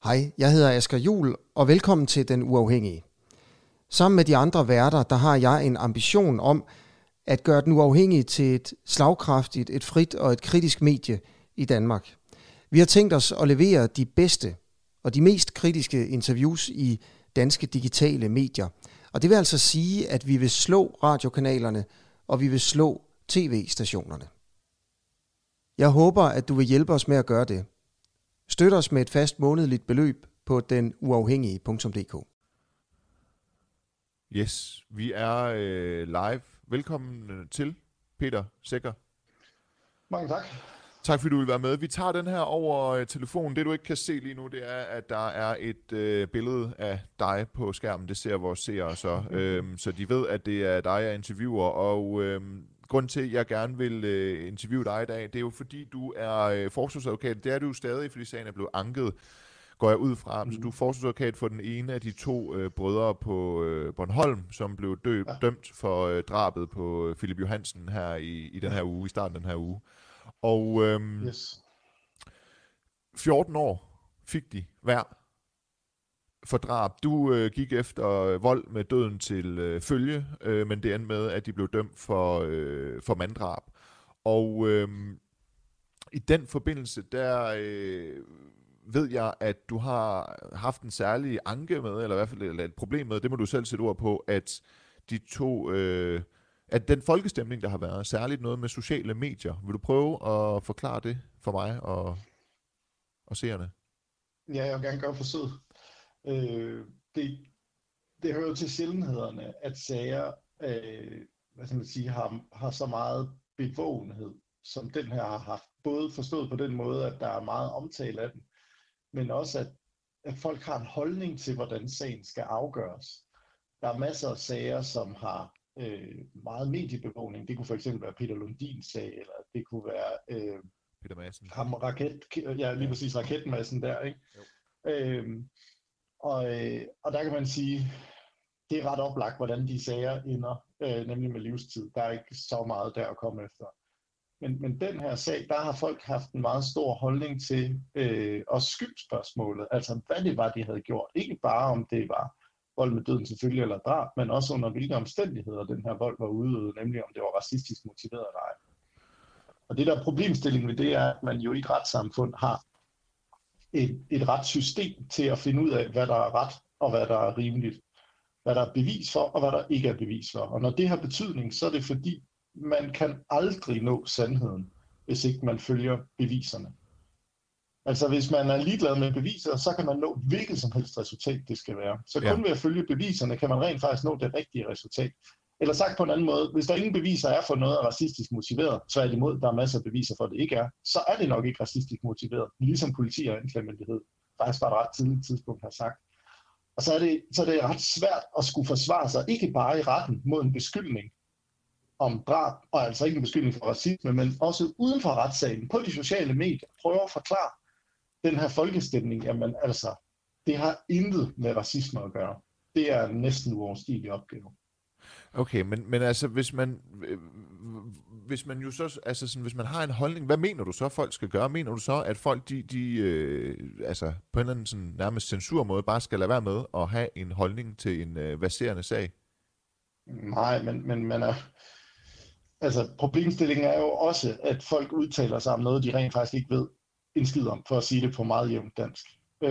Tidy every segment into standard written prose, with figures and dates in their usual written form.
Hej, jeg hedder Asger Juhl, og velkommen til Den Uafhængige. Sammen med de andre værter, der har jeg en ambition om at gøre Den Uafhængige til et slagkraftigt, et frit og et kritisk medie i Danmark. Vi har tænkt os at levere de bedste og de mest kritiske interviews i danske digitale medier. Og det vil altså sige, at vi vil slå radiokanalerne, og vi vil slå tv-stationerne. Jeg håber, at du vil hjælpe os med at gøre det. Støt os med et fast månedligt beløb på denuafhængige.dk. Yes, vi er live. Velkommen til, Peter Secher. Mange tak. Tak fordi du vil være med. Vi tager den her over telefonen. Det du ikke kan se lige nu, det er, at der er et billede af dig på skærmen. Det ser vores seere så. Så de ved, at det er dig, jeg interviewer. Og grunden til, at jeg gerne vil interviewe dig i dag, det er jo fordi, du er forsvarsadvokat. Det er du jo stadig, fordi sagen er blevet anket, går jeg ud fra. Så du er forsvarsadvokat for den ene af de to brødre på Bornholm, som blev dømt for drabet på Philip Johansen her i den her uge, i starten af den her uge. Og 14 år fik de hver for drab. Du gik efter vold med døden til følge, men det endte med, at de blev dømt for manddrab. Og i den forbindelse, der ved jeg, at du har haft en særlig anke med, eller i hvert fald et problem med, det må du selv sætte ord på, at de to... at den folkestemning, der har været, særligt noget med sociale medier. Vil du prøve at forklare det for mig og seerne? Ja, jeg vil gerne gøre forsøget. Det hører jo til sjældenhederne, at sager hvad skal man sige, har så meget bevågenhed, som den her har haft. Både forstået på den måde, at der er meget omtale af den, men også at folk har en holdning til, hvordan sagen skal afgøres. Der er masser af sager, som har meget mediebevågning. Det kunne for eksempel være Peter Lundins sag, eller det kunne være Peter Madsen. Lige præcis Raketmassen der, ikke? Og der kan man sige, det er ret oplagt, hvordan de sager ender, nemlig med livstid. Der er ikke så meget der at komme efter. Men den her sag, der har folk haft en meget stor holdning til også skyldspørgsmålet, altså hvad det var, de havde gjort. Ikke bare om det var vold med døden selvfølgelig eller drab, men også under hvilke omstændigheder den her vold var udøvet, nemlig om det var racistisk motiveret eller ej. Og det der problemstilling ved det er, at man jo i et retssamfund har et retssystem til at finde ud af, hvad der er ret og hvad der er rimeligt. Hvad der er bevis for og hvad der ikke er bevis for. Og når det har betydning, så er det fordi, man kan aldrig nå sandheden, hvis ikke man følger beviserne. Altså hvis man er ligeglad med beviser, så kan man nå hvilket som helst resultat, det skal være. Så kun ved at følge beviserne, kan man rent faktisk nå det rigtige resultat. Eller sagt på en anden måde, hvis der ingen beviser er for noget racistisk motiveret, så er det imod, der er masser af beviser for, at det ikke er, så er det nok ikke racistisk motiveret, ligesom politi og anklagemyndighed faktisk var et ret tidligt tidspunkt har sagt. Og så er det ret svært at skulle forsvare sig, ikke bare i retten mod en beskyldning om drab, og altså ikke en beskyldning for racisme, men også uden for retssagen, på de sociale medier, prøver at forklare den her folkestemning, jamen altså, det har intet med racisme at gøre. Det er næsten uoverstigelig opgave. Okay, men altså, hvis man jo så, altså sådan, hvis man har en holdning, hvad mener du så, folk skal gøre? Mener du så, at folk, altså på en eller anden sådan, nærmest censurmåde, bare skal lade være med at have en holdning til en verserende sag? Nej, men man er... Altså, problemstillingen er jo også, at folk udtaler sig om noget, de rent faktisk ikke ved en skid om, for at sige det på meget jævnt dansk.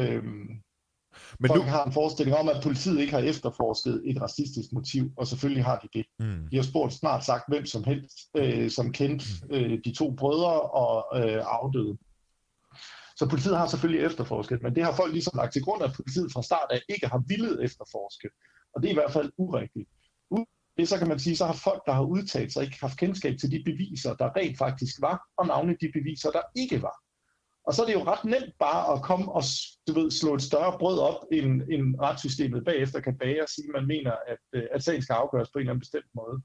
Men folk har en forestilling om, at politiet ikke har efterforsket et racistisk motiv, og selvfølgelig har de det. De har spurgt snart sagt hvem som helst, som kendte de to brødre og afdøde. Så politiet har selvfølgelig efterforsket, men det har folk ligesom lagt til grund, at politiet fra start af ikke har villet efterforske. Og det er i hvert fald urigtigt. Det så kan man sige, så har folk, der har udtalt sig, ikke haft kendskab til de beviser, der rent faktisk var, og navnlig de beviser, der ikke var. Og så er det jo ret nemt bare at komme og slå et større brød op, end retssystemet bagefter kan bage og sige, at man mener, at sagen skal afgøres på en eller anden bestemt måde.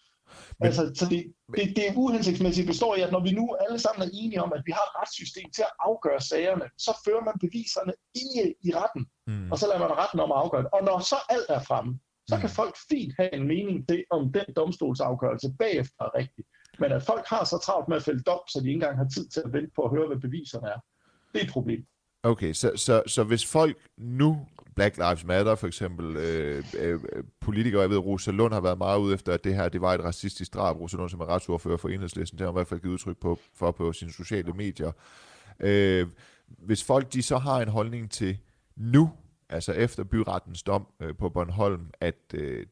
Så det uhensigtsmæssige består i, at når vi nu alle sammen er enige om, at vi har et retssystem til at afgøre sagerne, så fører man beviserne ind i retten, og så lader man retten om at afgøre det. Og når så alt er fremme, så kan folk fint have en mening til, om den domstolsafgørelse bagefter er rigtig. Men at folk har så travlt med at fælde dom, så de ikke engang har tid til at vente på at høre, hvad beviserne er, det er et problem. Okay, så hvis folk nu, Black Lives Matter for eksempel, politikere, jeg ved, Rosa Lund har været meget ude efter, at det var et racistisk drab. Rosa Lund, som er retsordfører for Enhedslisten, det har hun i hvert fald givet udtryk på sine sociale medier. Hvis folk de så har en holdning til nu, altså efter byrettens dom på Bornholm, at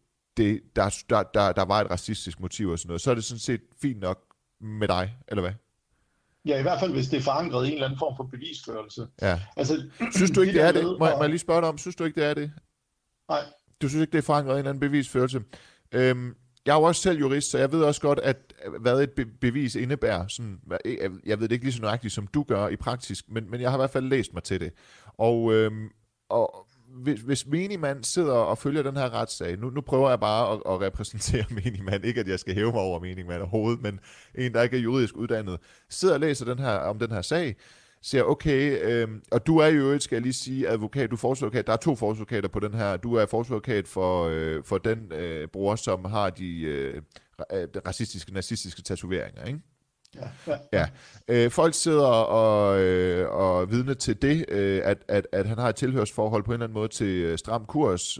der var et racistisk motiv og sådan noget, så er det sådan set fint nok med dig, eller hvad? Ja, i hvert fald hvis det er forankret i en eller anden form for bevisførelse. Ja. Altså, synes du ikke, det er det? Må jeg lige spørge dig om, synes du ikke, det er det? Nej. Du synes ikke, det er forankret i en eller anden bevisførelse? Jeg er jo også selv jurist, så jeg ved også godt, at hvad et bevis indebærer. Sådan, jeg ved det ikke lige så nøjagtigt, som du gør i praksis, men jeg har i hvert fald læst mig til det. Og hvis menigmand sidder og følger den her retssag, nu prøver jeg bare at repræsentere menigmand, ikke at jeg skal hæve mig over menigmand overhovedet, men en, der ikke er juridisk uddannet, sidder og læser om den her sag, siger, okay, og du er jo, skal jeg lige sige, advokat, du er forsvarsadvokat, der er 2 forsvarsadvokater på den her, du er forsvarsadvokat for den bror, som har de racistiske, nazistiske tatoveringer, ikke? Ja. Folk sidder og vidne til det, at han har et tilhørsforhold på en eller anden måde til Stram Kurs,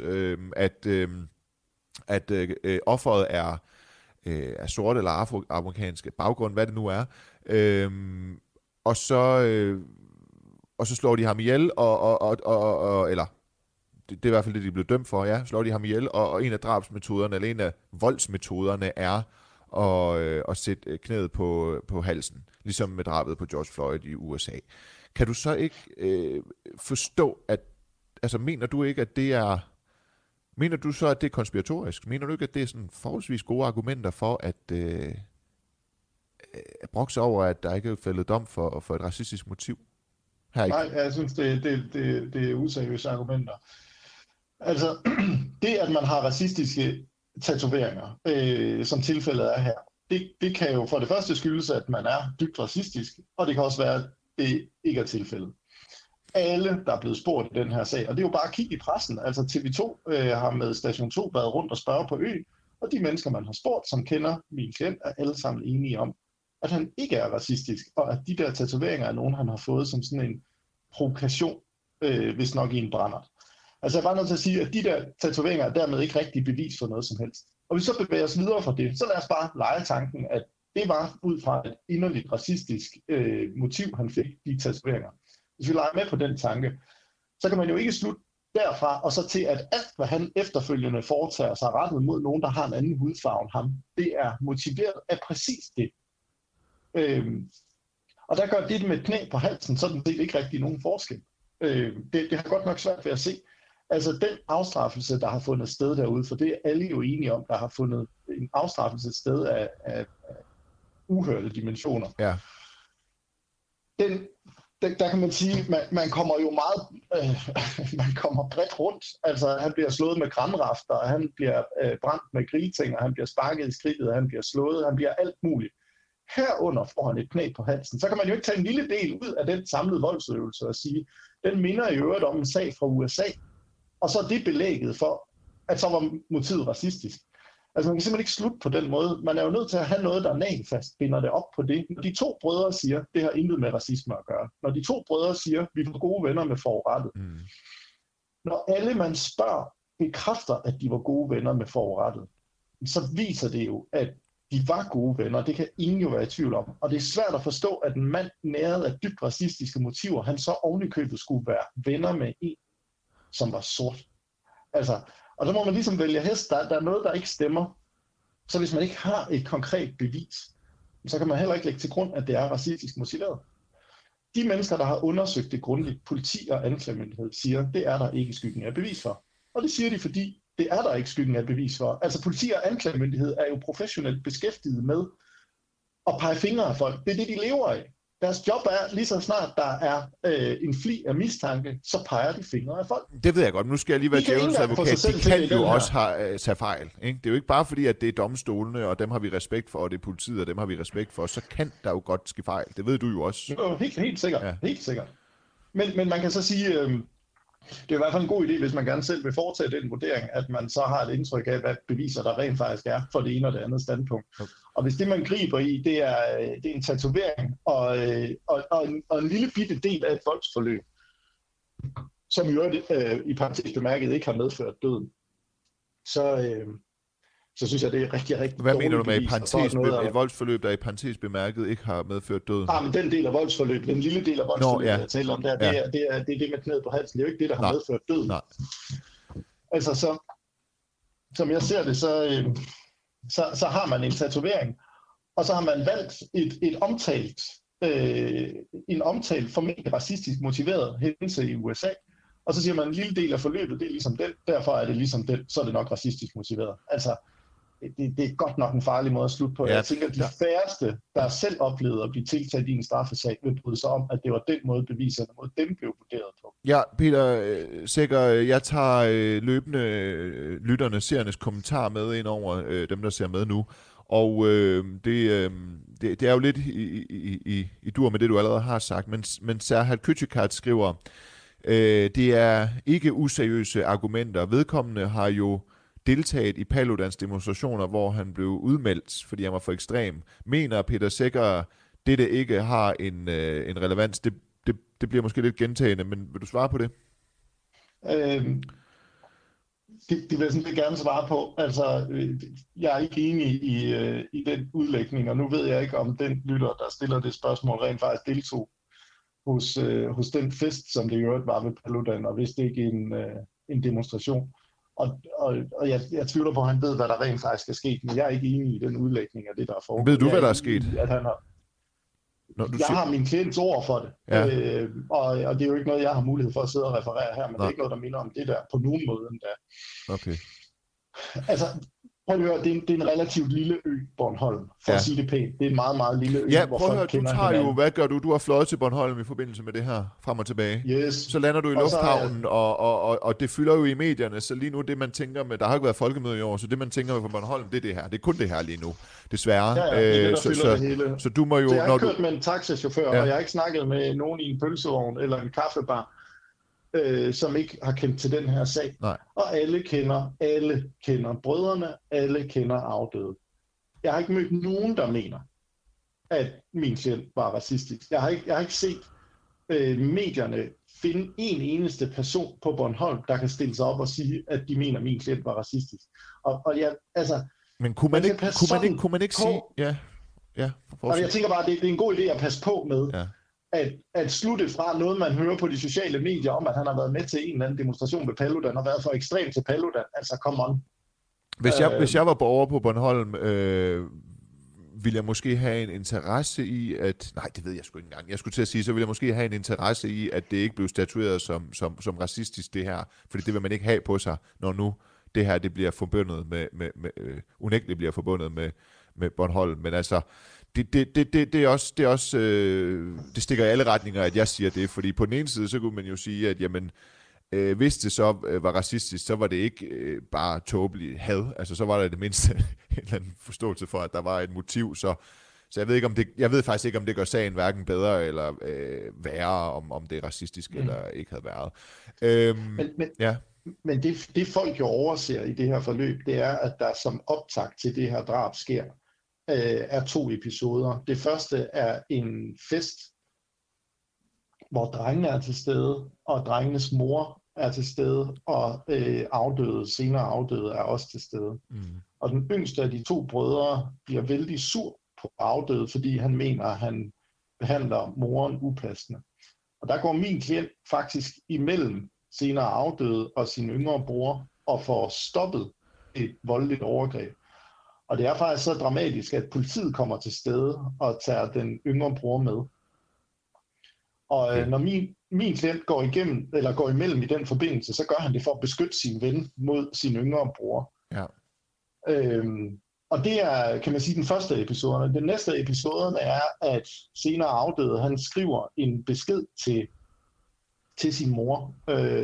at offeret er sort eller afroamerikansk baggrund, hvad det nu er, og så slår de ham ihjel, eller det er i hvert fald det, de blev dømt for, ja, slår de ham ihjel, og en af drabsmetoderne, eller en af voldsmetoderne er og sætte knæet på halsen, ligesom med drabet på George Floyd i USA. Kan du så ikke forstå, altså mener du ikke, at det er, mener du så, at det er konspiratorisk? Mener du ikke, at det er sådan forholdsvis gode argumenter for at brokse over, at der ikke er fældet dom for et racistisk motiv? Nej, jeg synes, det er useriøse argumenter. Altså, det at man har racistiske tatoveringer, som tilfældet er her, det kan jo for det første skyldes, at man er dybt racistisk, og det kan også være, at det ikke er tilfældet. Alle, der er blevet spurgt i den her sag, og det er jo bare at kigge i pressen, altså TV2 har med Station 2 været rundt og spørge på øen, og de mennesker, man har spurgt, som kender min klient, er alle sammen enige om, at han ikke er racistisk, og at de der tatoveringer er nogen, han har fået som sådan en provokation, hvis nok i en brændert. Altså jeg er bare nødt til at sige, at de der tatoveringer er dermed ikke rigtig bevis for noget som helst. Og hvis så bevæger os videre fra det, så lad os bare lege tanken, at det var ud fra et inderligt racistisk motiv, han fik de tatoveringer. Hvis vi leger med på den tanke, så kan man jo ikke slutte derfra og så til, at alt, hvad han efterfølgende foretager sig rettet mod nogen, der har en anden hudfarve end ham, det er motiveret af præcis det. Og der gør det med knæ på halsen sådan set ikke rigtig nogen forskel. Det har godt nok svært ved at se. Altså den afstraffelse, der har fundet sted derude, for det er alle jo enige om, der har fundet en afstraffelse sted af uhørte dimensioner. Ja. Der kan man sige, man kommer jo meget, man kommer bredt rundt. Altså han bliver slået med kranrafter, og han bliver brændt med griting, og han bliver sparket i skridtet, og han bliver slået, han bliver alt muligt. Herunder får han et knæ på halsen. Så kan man jo ikke tage en lille del ud af den samlede voldsøvelse og sige, den minder i øvrigt om en sag fra USA, og så er det belægget for, at så var motivet racistisk. Altså man kan simpelthen ikke slutte på den måde. Man er jo nødt til at have noget, der nagelfast binder det op på det. Når de 2 brødre siger, det har intet med racisme at gøre. Når de 2 brødre siger, vi var gode venner med forurettet. Når alle man spørger bekræfter, at de var gode venner med forurettet, så viser det jo, at de var gode venner. Det kan ingen jo være i tvivl om. Og det er svært at forstå, at en mand næret af dybt racistiske motiver, han så ovenikøbet skulle være venner med en, som var sort. Altså, og så må man ligesom vælge hest. Der er noget, der ikke stemmer. Så hvis man ikke har et konkret bevis, så kan man heller ikke lægge til grund, at det er racistisk motiveret. De mennesker, der har undersøgt det grundigt, politi og anklagemyndighed, siger, det er der ikke skyggen af bevis for. Og det siger de, fordi det er der ikke skyggen af bevis for. Altså politi og anklagemyndighed er jo professionelt beskæftiget med at pege fingre af folk. Det er det, de lever af. Deres job er, lige så snart der er en fli af mistanke, så peger de fingre af folk. Det ved jeg godt, men nu skal jeg lige være djævelens advokat. De kan jo også tage fejl. Ikke? Det er jo ikke bare fordi, at det er domstolene, og dem har vi respekt for, og det er politiet, og dem har vi respekt for, så kan der jo godt ske fejl. Det ved du jo også. Jo, helt sikkert. Ja. Helt sikkert. Men man kan så sige, det er i hvert fald en god idé, hvis man gerne selv vil foretage den vurdering, at man så har et indtryk af, hvad beviser der rent faktisk er for det ene og det andet standpunkt. Okay. Og hvis det, man griber i, det er en tatovering og en lille bitte del af et voldsforløb, som i øvrigt i parentes bemærket ikke har medført døden, så synes jeg, det er rigtig, rigtig Hvad mener du med et voldsforløb, der i parentes bemærket ikke har medført døden? Men den del af voldsforløb, den lille del af voldsforløbet, jeg taler om der, det er det med knæet på halsen. Det er jo ikke det, der har medført døden. Nej. Altså, som jeg ser det, så har man en tatovering, og så har man valgt en omtalt formentlig racistisk motiveret hændelse i USA, og så siger man, en lille del af forløbet, det er ligesom den, derfor er det ligesom den, så er det nok racistisk motiveret. Altså, det er godt nok en farlig måde at slutte på. Jeg tænker, at de færreste, der selv oplevede at blive tiltalt i en straffesag, vil bryde sig om, at det var den måde, beviserne mod dem blev vurderet på. Ja, Peter Secher, jeg tager løbende lytterne, seernes kommentar med ind over dem, der ser med nu. Og det er jo lidt i dur med det, du allerede har sagt, men Serhat Küçükert skriver, det er ikke useriøse argumenter. Vedkommende har jo deltaget i Paludans demonstrationer, hvor han blev udmeldt, fordi han var for ekstrem. Mener Peter Secher, det ikke har en relevans? Det bliver måske lidt gentagende, men vil du svare på det? Det vil jeg sådan gerne svare på. Altså, jeg er ikke enig i den udlægning, og nu ved jeg ikke, om den lytter, der stiller det spørgsmål, rent faktisk deltog hos den fest, som det i øvrigt var ved Paludan, og vist ikke en demonstration. Og jeg tvivler på, at han ved, hvad der rent faktisk er sket, men jeg er ikke enig i den udlægning af det, der er foregået. Ved du, hvad der er sket? At han har... Jeg har min klients ord for det, og det er jo ikke noget, jeg har mulighed for at sidde og referere her, men det er ikke noget, der minder om det der på nogen måde endda. Okay. Altså, prøv at høre, det er en relativt lille ø, Bornholm, for at sige det pænt. Det er en meget, meget lille ø, hvor folk kender hinanden. Hvad gør du? Du har fløjet til Bornholm i forbindelse med det her, frem og tilbage. Yes. Så lander du i lufthavnen, og det fylder jo i medierne, så lige nu det, man tænker med, der har ikke været folkemøde i år, så det, man tænker med på Bornholm, det er det her. Det er kun det her lige nu, desværre. Det er det, der fylder det hele. Så du må jo... Så jeg har ikke kørt med en taxachauffør, og jeg har ikke snakket med nogen i en pølsevogn eller en kaffebar, som ikke har kendt til den her sag. Nej. Og alle kender brødrene, alle kender afdøde. Jeg har ikke mødt nogen, der mener, at min klient var racistisk. Jeg har ikke set medierne finde en eneste person på Bornholm, der kan stille sig op og sige, at de mener, at min klient var racistisk. Og jeg, altså... Men kunne man ikke sige... Ja, og jeg tænker bare, det er en god idé at passe på med... Ja. At slutte fra noget, man hører på de sociale medier om, at han har været med til en eller anden demonstration ved Paludan og været for ekstrem til Paludan. Altså, come on. Hvis jeg var over på Bornholm, ville jeg måske have en interesse i, at... Nej, det ved jeg sgu ikke engang. Jeg skulle til at sige, så ville jeg måske have en interesse i, at det ikke blev statueret som racistisk, det her. Fordi det vil man ikke have på sig, når nu det her det bliver forbundet med unægteligt bliver forbundet med Bornholm. Men altså... Det er også det stikker i alle retninger, at jeg siger det, fordi på den ene side, så kunne man jo sige, at jamen, hvis det så var racistisk, så var det ikke bare tåbeligt had, altså så var der det mindste en eller anden forståelse for, at der var et motiv, så jeg ved faktisk ikke, om det gør sagen hverken bedre eller værre, om det er racistisk eller ikke havde været. Men det folk jo overser i det her forløb, det er, at der som optakt til det her drab sker, er 2 episoder. Det første er en fest, hvor drengene er til stede, og drengenes mor er til stede, og senere afdøde er også til stede. Og den yngste af de 2 brødre bliver vældig sur på afdøde, fordi han mener, at han behandler moren upassende. Og der går min klient faktisk imellem senere afdøde og sin yngre bror, og får stoppet et voldeligt overgreb. Og det er faktisk så dramatisk, at politiet kommer til stede og tager den yngre bror med. Og når min klient går imellem i den forbindelse, så gør han det for at beskytte sin ven mod sin yngre bror. Ja. Og det er, kan man sige, den første episode. Den næste episode er, at senere afdøde, han skriver en besked til sin mor,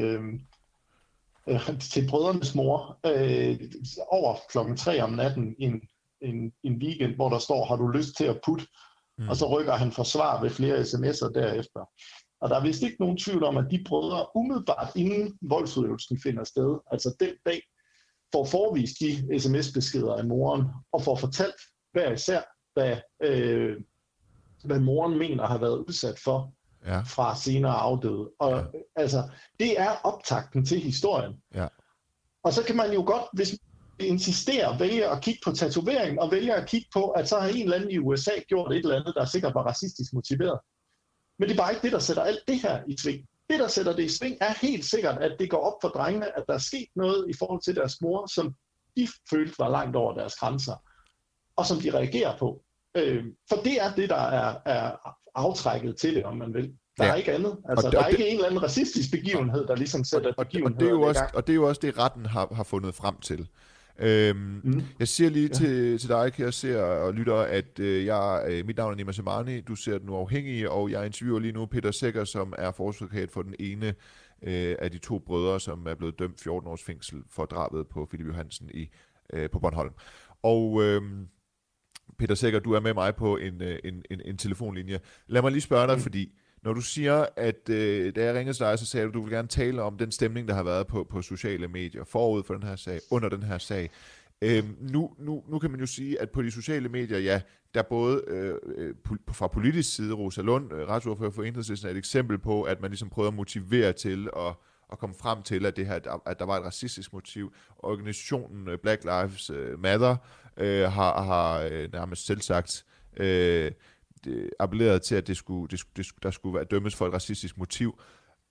til brødrenes mor, over 3:00 om natten en weekend, hvor der står, har du lyst til at putte? Og så rykker han for svar ved flere sms'er derefter. Og der er vist ikke nogen tvivl om, at de brødre umiddelbart inden voldsudøvelsen finder sted, altså den dag, får forvist de sms-beskeder af moren, og får fortalt hver især, hvad moren mener har været udsat for fra senere afdøde. Og altså, det er optakten til historien. Ja. Og så kan man jo godt, hvis man insisterer, vælge at kigge på tatovering, og vælge at kigge på, at så har en eller anden i USA gjort et eller andet, der sikkert var racistisk motiveret. Men det er bare ikke det, der sætter alt det her i sving. Det, der sætter det i sving, er helt sikkert, at det går op for drengene, at der er sket noget i forhold til deres mor, som de følte var langt over deres grænser, og som de reagerer på. For det er det, der er aftrækket til det, om man vil. Der er ikke andet. Altså, der er ikke en eller anden racistisk begivenhed, der ligesom sætter begivenheden i gang. Og det er jo også det, retten har fundet frem til. Jeg siger lige til dig, kære ser og lytter, at mit navn er Nima Semani, du ser Den Uafhængige, og jeg interviewer lige nu Peter Secher, som er forsvarsadvokat for den ene af de to brødre, som er blevet dømt 14 års fængsel for drabet på Philip Johansen på Bornholm. Og Peter Secher, du er med mig på en telefonlinje. Lad mig lige spørge dig, fordi når du siger, at da jeg ringede til dig, så sagde du vil gerne tale om den stemning, der har været på sociale medier forud for den her sag, under den her sag. Nu kan man jo sige, at på de sociale medier, ja, der både fra politisk side, Rosa Lund, retsordfører for Enhedslisten, er et eksempel på, at man ligesom prøver at motivere til at komme frem til, at at der var et racistisk motiv. Organisationen Black Lives Matter har nærmest selvsagt appelleret til, at der skulle være dømmes for et racistisk motiv.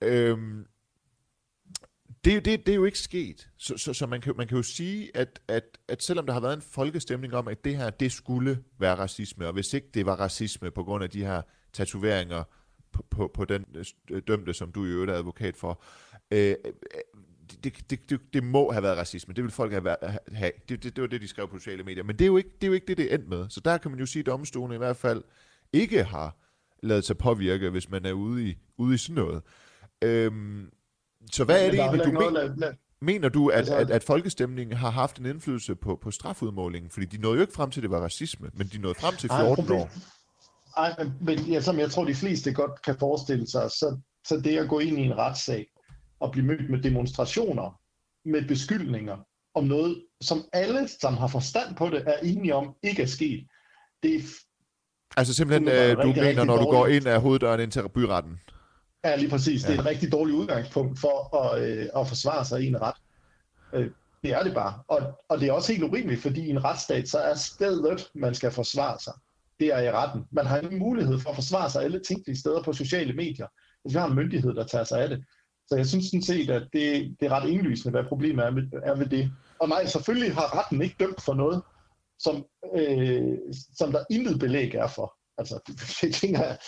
Det er jo ikke sket. Så man kan jo sige, at selvom der har været en folkestemning om, at det her, det skulle være racisme, og hvis ikke det var racisme på grund af de her tatoveringer på den dømte, som du i øvrigt er advokat for, det må have været racisme. Det vil folk have. Det var det, de skrev på sociale medier. Men det er jo ikke det endte med. Så der kan man jo sige, at domstolen i hvert fald ikke har ladet sig påvirke, hvis man er ude i sådan noget. Så hvad er det egentlig, du mener du, at folkestemningen har haft en indflydelse på strafudmålingen? Fordi de nåede jo ikke frem til, at det var racisme, men de nåede frem til 14 år. Nej, men som jeg tror, de fleste godt kan forestille sig, så det at gå ind i en retssag og blive mødt med demonstrationer, med beskyldninger om noget, som alle, som har forstand på det, er enige om, ikke er sket. Det er altså simpelthen, du mener, når du går ind af hoveddøren ind til byretten? Ja, lige præcis. Det er et rigtig dårligt udgangspunkt for at forsvare sig i en ret. Det er det bare. Og det er også helt urimeligt, fordi i en retsstat, så er stedet, man skal forsvare sig. Det er i retten. Man har ingen mulighed for at forsvare sig alle tænkelige steder på sociale medier. Vi har en myndighed, der tager sig af det. Så jeg synes sådan set, at det er ret indlysende, hvad problemet er ved det. Og nej, selvfølgelig har retten ikke dømt for noget, som der intet belæg er for. Altså, det tænker jeg,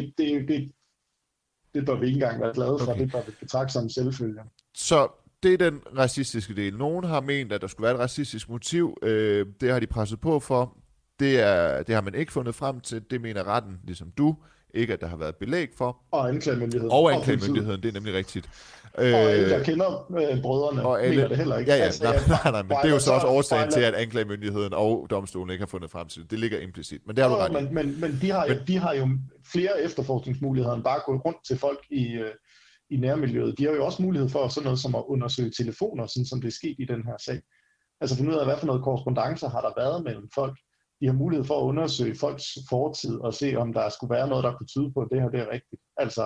det bør vi ikke engang være glade for. Okay. Det bør vi betragte som selvfølge. Så det er den racistiske del. Nogen har ment, at der skulle være et racistisk motiv. Det har de presset på for. Det har man ikke fundet frem til. Det mener retten, ligesom du, ikke at der har været belæg for. Og anklagemyndigheden. Og anklagemyndigheden, det er nemlig rigtigt. Og alle, der kender brødrene, mener det heller ikke. Ja, nej, men det er jo så også årsagen til, at anklagemyndigheden og domstolen ikke har fundet frem til det. Det ligger implicit, men det har du ret i. Men de har jo flere efterforskningsmuligheder end bare at gå rundt til folk i nærmiljøet. De har jo også mulighed for sådan noget som at undersøge telefoner, sådan som det er sket i den her sag. Altså finde ud af, hvad for noget korrespondancer har der været mellem folk. De har mulighed for at undersøge folks fortid og se, om der skulle være noget, der kunne tyde på, at det her det er rigtigt.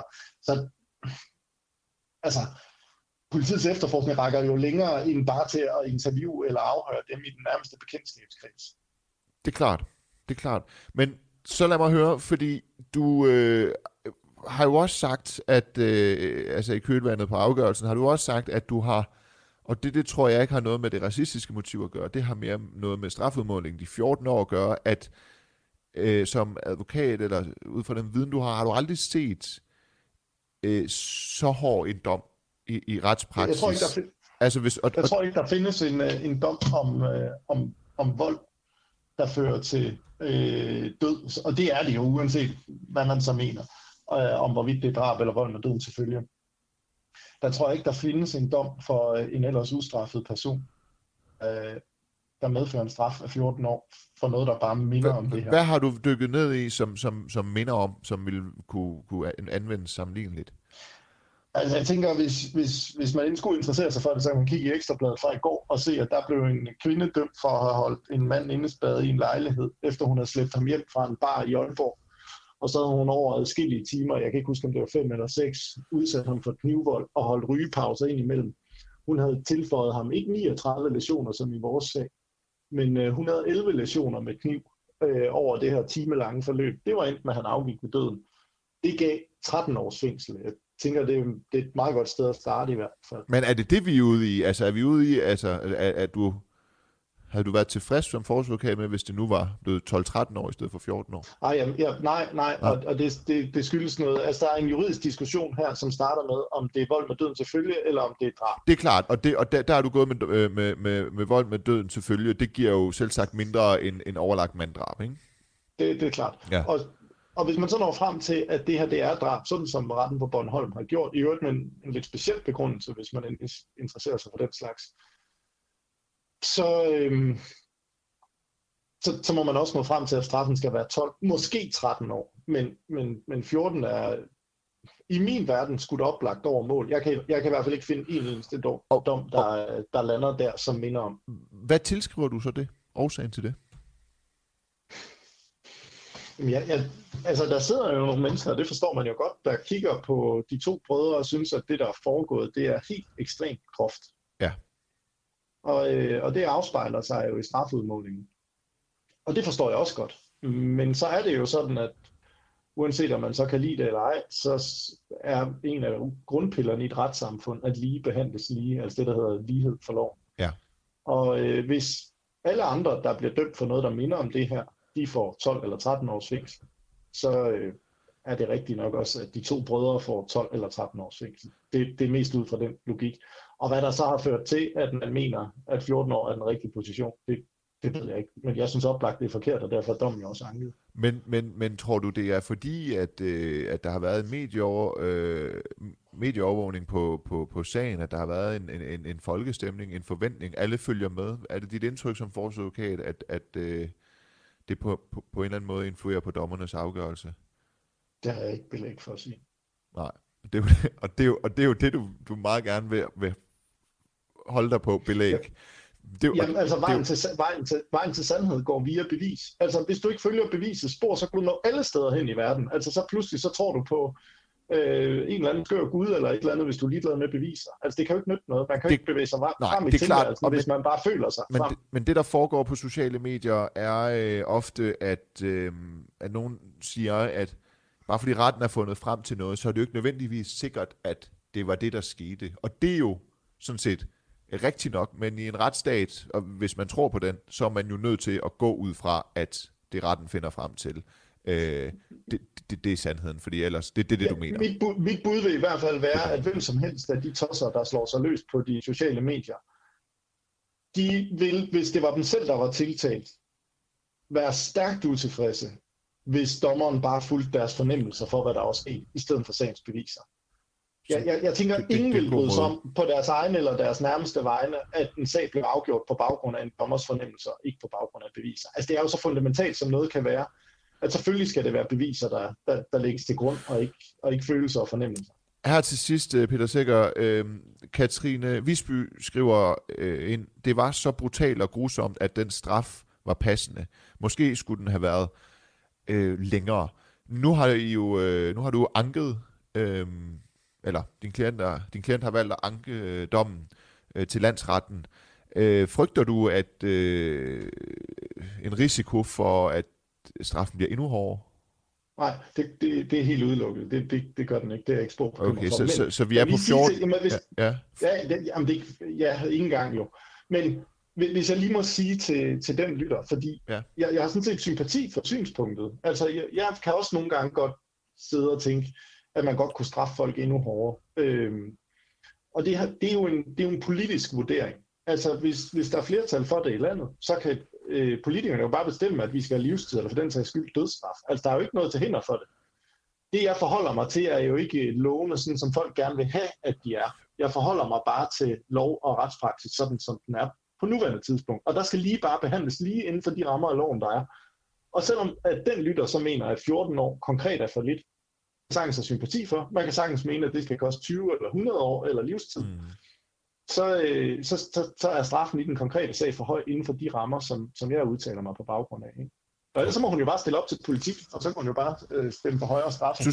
Altså, politiets efterforskning rækker jo længere end bare til at interviewe eller afhøre dem i den nærmeste bekendtskabskreds. Det er klart. Men så lad mig høre, fordi du har jo også sagt, at altså i kølvandet på afgørelsen, har du også sagt, at du har, og det tror jeg ikke har noget med det racistiske motiv at gøre, det har mere noget med strafudmålingen de 14 år at gøre, at som advokat, eller ud fra den viden du har du aldrig set så hård en dom i retspraksis. Jeg tror ikke, der findes en dom om vold, der fører til død, og det er det jo, uanset hvad man så mener, om hvorvidt det er drab eller vold med døden til følge. Der tror jeg ikke, der findes en dom for en ellers ustraffet person, der medfører en straf af 14 år for noget, der bare minder om det her. Hvad har du dykket ned i, som minder om, som ville kunne anvendes sammenligneligt? Altså jeg tænker, hvis man skulle interessere sig for det, så kan man kigge i Ekstrabladet fra i går og se, at der blev en kvinde dømt for at have holdt en mand indespærret i en lejlighed, efter hun havde slæbt ham hjem fra en bar i Aalborg. og så havde hun over adskillige timer, jeg kan ikke huske, om det var 5 eller 6, udsat ham for knivvold og holdt rygepauser ind imellem. Hun havde tilføjet ham ikke 39 læsioner, som i vores sag, men 111 læsioner med kniv over det her timelange forløb. Det var endt med, at han afgik ved døden. Det gav 13 års fængsel. Jeg tænker, det er et meget godt sted at starte i hvert fald. Men er det vi er ude i? Altså er vi ude i, at du havde du været tilfreds som forsvarsadvokat med, hvis det nu var blevet 12-13 år i stedet for 14 år? Nej. Og det skyldes noget. Altså der er en juridisk diskussion her, som starter med, om det er vold med døden til følge, eller om det er drab. Det er klart, og der er du gået med vold med døden til følge. Det giver jo selv sagt mindre end overlagt manddrab, ikke? Det er klart. Ja. Og hvis man så når frem til, at det her det er drab, sådan som retten på Bornholm har gjort, i øvrigt med en lidt speciel begrundelse, hvis man interesserer sig for den slags, så må man også nå frem til, at straffen skal være 12, måske 13 år, men 14 er i min verden skudt oplagt over mål. Jeg kan i hvert fald ikke finde en eneste dom, der lander der, som minder om. Hvad tilskriver du så det? Årsagen til det? Altså, der sidder jo nogle mennesker, og det forstår man jo godt, der kigger på de to brødre og synes, at det, der er foregået, det er helt ekstremt groft. Ja. Og det afspejler sig jo i strafudmålingen. Og det forstår jeg også godt. Men så er det jo sådan, at uanset om man så kan lide det eller ej, så er en af grundpillerne i et retssamfund, at lige behandles lige, altså det, der hedder lighed for lov. Ja. Og hvis alle andre, der bliver dømt for noget, der minder om det her, de får 12 eller 13 års fængsel, så er det rigtigt nok også, at de to brødre får 12 eller 13 års fængsel. Det er mest ud fra den logik. Og hvad der så har ført til, at man mener, at 14 år er den rigtige position, det ved jeg ikke. Men jeg synes oplagt, det er forkert, og derfor er dommen jo også anket. Men tror du, det er fordi, at der har været en medieovervågning på sagen, at der har været en folkestemning, en forventning, alle følger med? Er det dit indtryk som forsvarsadvokat, at det på en eller anden måde influerer på dommernes afgørelse? Det har jeg ikke belæg for at sige. Nej, det er jo det, du meget gerne vil holde dig på belæg. Vejen til sandhed går via bevis. Altså, hvis du ikke følger bevisets spor, så kan du nå alle steder hen i verden. Altså, så pludselig så tror du på en eller anden skør gud eller et eller andet, hvis du er ligeglad med beviser. Altså, det kan jo ikke nytte noget. Man kan ikke bevæge sig frem i tilværelsen, hvis man bare føler sig frem. Men det, der foregår på sociale medier, er ofte, at nogen siger, at bare fordi retten er fundet frem til noget, så er det jo ikke nødvendigvis sikkert, at det var det, der skete. Og det er jo sådan set rigtigt nok, men i en retsstat, og hvis man tror på den, så er man jo nødt til at gå ud fra, at det retten finder frem til. Det er sandheden, fordi ellers, det er det, du mener. Mit bud vil i hvert fald være, at hvem som helst af de tosser, der slår sig løs på de sociale medier, de vil, hvis det var dem selv, der var tiltalt, være stærkt utilfredse, hvis dommeren bare fulgte deres fornemmelser for, hvad der var sket, i stedet for sagens beviser. Jeg tænker, at ingen vil bryde sig om på deres egne eller deres nærmeste vegne, at en sag blev afgjort på baggrund af en dommers fornemmelser, ikke på baggrund af beviser. Altså det er jo så fundamentalt, som noget kan være, at selvfølgelig skal det være beviser, der lægges til grund, og ikke følelser og fornemmelser. Her til sidst, Peter Secher, Katrine Visby skriver ind, det var så brutalt og grusomt, at den straf var passende. Måske skulle den have været længere. Nu har du anket, eller din klient har valgt at anke dommen til landsretten. Frygter du, at en risiko for, at straffen bliver endnu hårdere? Nej, det er helt udelukket. Det gør den ikke. Det er ikke spor. Okay, så vi er på 14? Ja, ikke engang jo. Men hvis jeg lige må sige til den lytter, fordi jeg har sådan set sympati for synspunktet. Altså, jeg kan også nogle gange godt sidde og tænke, at man godt kunne straffe folk endnu hårdere. Og det er jo en politisk vurdering. Altså, hvis der er flertal for det i landet, så kan politikerne jo bare bestemme, at vi skal have livstid, eller for den sags skyld dødsstraf. Altså, der er jo ikke noget til hinder for det. Det, jeg forholder mig til, er jo ikke lovene, sådan som folk gerne vil have, at de er. Jeg forholder mig bare til lov og retspraksis, sådan som den er på nuværende tidspunkt. Og der skal lige bare behandles lige inden for de rammer af loven, der er. Og selvom at den lytter så mener, at 14 år konkret er for lidt, sagtens har sympati for. Man kan sagtens mene, at det skal koste 20 eller 100 år eller livstid. Så er straffen i den konkrete sag for høj inden for de rammer, som jeg udtaler mig på baggrund af. Ikke? Og ellers så må hun jo bare stille op til politik, og så kan hun jo bare stemme for højere straffe.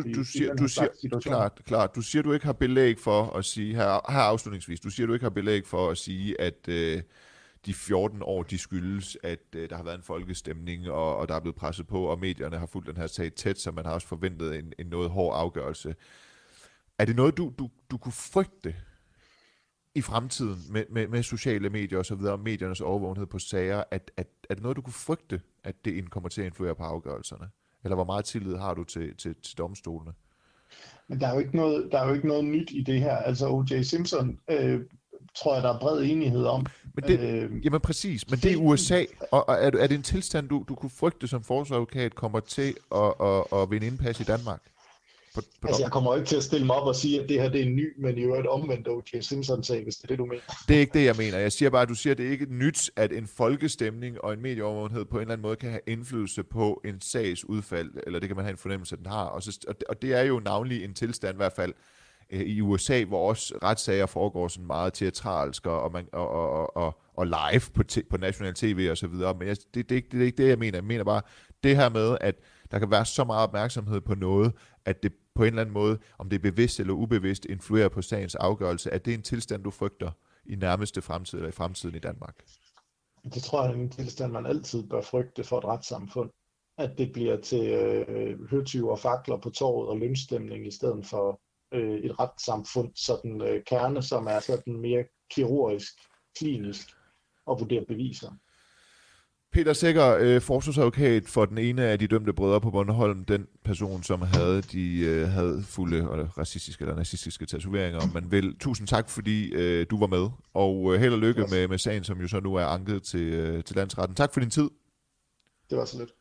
Klart. Du siger, du ikke har belæg for at sige, her afslutningsvis, du siger, du ikke har belæg for at sige, at de 14 år, de skyldes, at der har været en folkestemning, og der er blevet presset på, og medierne har fulgt den her sag tæt, så man har også forventet en noget hård afgørelse. Er det noget, du kunne frygte i fremtiden med sociale medier og så videre, og mediernes overvågenhed på sager, er det noget, du kunne frygte, at det kommer til at influere på afgørelserne? Eller hvor meget tillid har du til domstolene? Men der er jo ikke noget nyt i det her. Altså O.J. Simpson, tror jeg, der er bred enighed om. Men det, jamen præcis, men det er USA, og er det en tilstand, du kunne frygte som forsvarsadvokat kommer til at vinde indpas i Danmark? Altså, jeg kommer ikke til at stille mig op og sige, at det her det er en ny, men jo et omvendt O.J. Simpson-sag, hvis det er det, du mener. Det er ikke det, jeg mener. Jeg siger bare, at du siger, at det ikke er nyt, at en folkestemning og en medieovervågenhed på en eller anden måde kan have indflydelse på en sags udfald, eller det kan man have en fornemmelse, at den har. Og det er jo navnlig en tilstand, i hvert fald i USA, hvor også retssager foregår sådan meget teatralsk og live på national tv og så videre. Men det er ikke det, jeg mener. Jeg mener bare, det her med, at der kan være så meget opmærksomhed på noget, at det på en eller anden måde, om det er bevidst eller ubevidst, influerer på sagens afgørelse. Er det en tilstand, du frygter i nærmeste fremtid eller i fremtiden i Danmark? Det tror jeg er en tilstand, man altid bør frygte for et retssamfund. At det bliver til høtyve og fakler på torvet og lønstemning i stedet for et retssamfund, sådan kerne, som er sådan mere kirurgisk, klinisk og vurderer beviser. Peter Secher, forsvarsadvokat for den ene af de dømte brødre på Bornholm, den person, som havde de hadfulde og racistiske eller nazistiske tatoveringer, om man vil. Tusind tak, fordi du var med, og held og lykke med sagen, som jo så nu er anket til landsretten. Tak for din tid. Det var så lidt.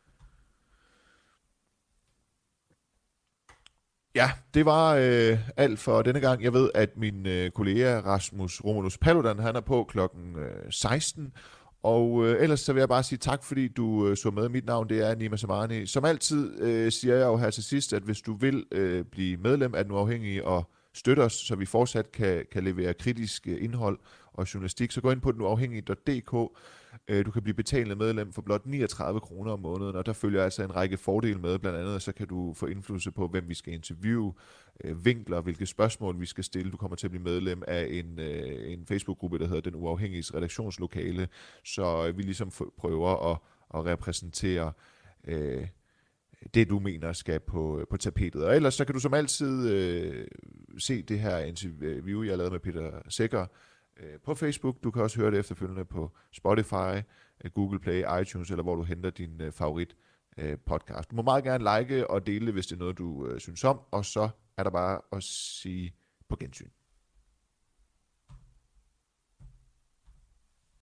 Ja, det var alt for denne gang. Jeg ved, at min kollega Rasmus Romulus Paludan, han er på klokken 16. Og ellers så vil jeg bare sige tak, fordi du så med. Mit navn, det er Nima Samani. Som altid siger jeg jo her til sidst, at hvis du vil blive medlem af Den Uafhængige og støtte os, så vi fortsat kan levere kritisk indhold og journalistik, så gå ind på denuafhængige.dk. Du kan blive betalende medlem for blot 39 kroner om måneden, og der følger altså en række fordele med. Blandt andet så kan du få indflydelse på, hvem vi skal interviewe, vinkler, hvilke spørgsmål vi skal stille. Du kommer til at blive medlem af en Facebook-gruppe, der hedder Den Uafhængiges redaktionslokale, så vi ligesom prøver at repræsentere det, du mener skal på tapetet. Og ellers så kan du som altid se det her interview, jeg har lavet med Peter Secher, på Facebook. Du kan også høre det efterfølgende på Spotify, Google Play, iTunes, eller hvor du henter din favorit podcast. Du må meget gerne like og dele det, hvis det er noget, du synes om, og så er der bare at sige på gensyn.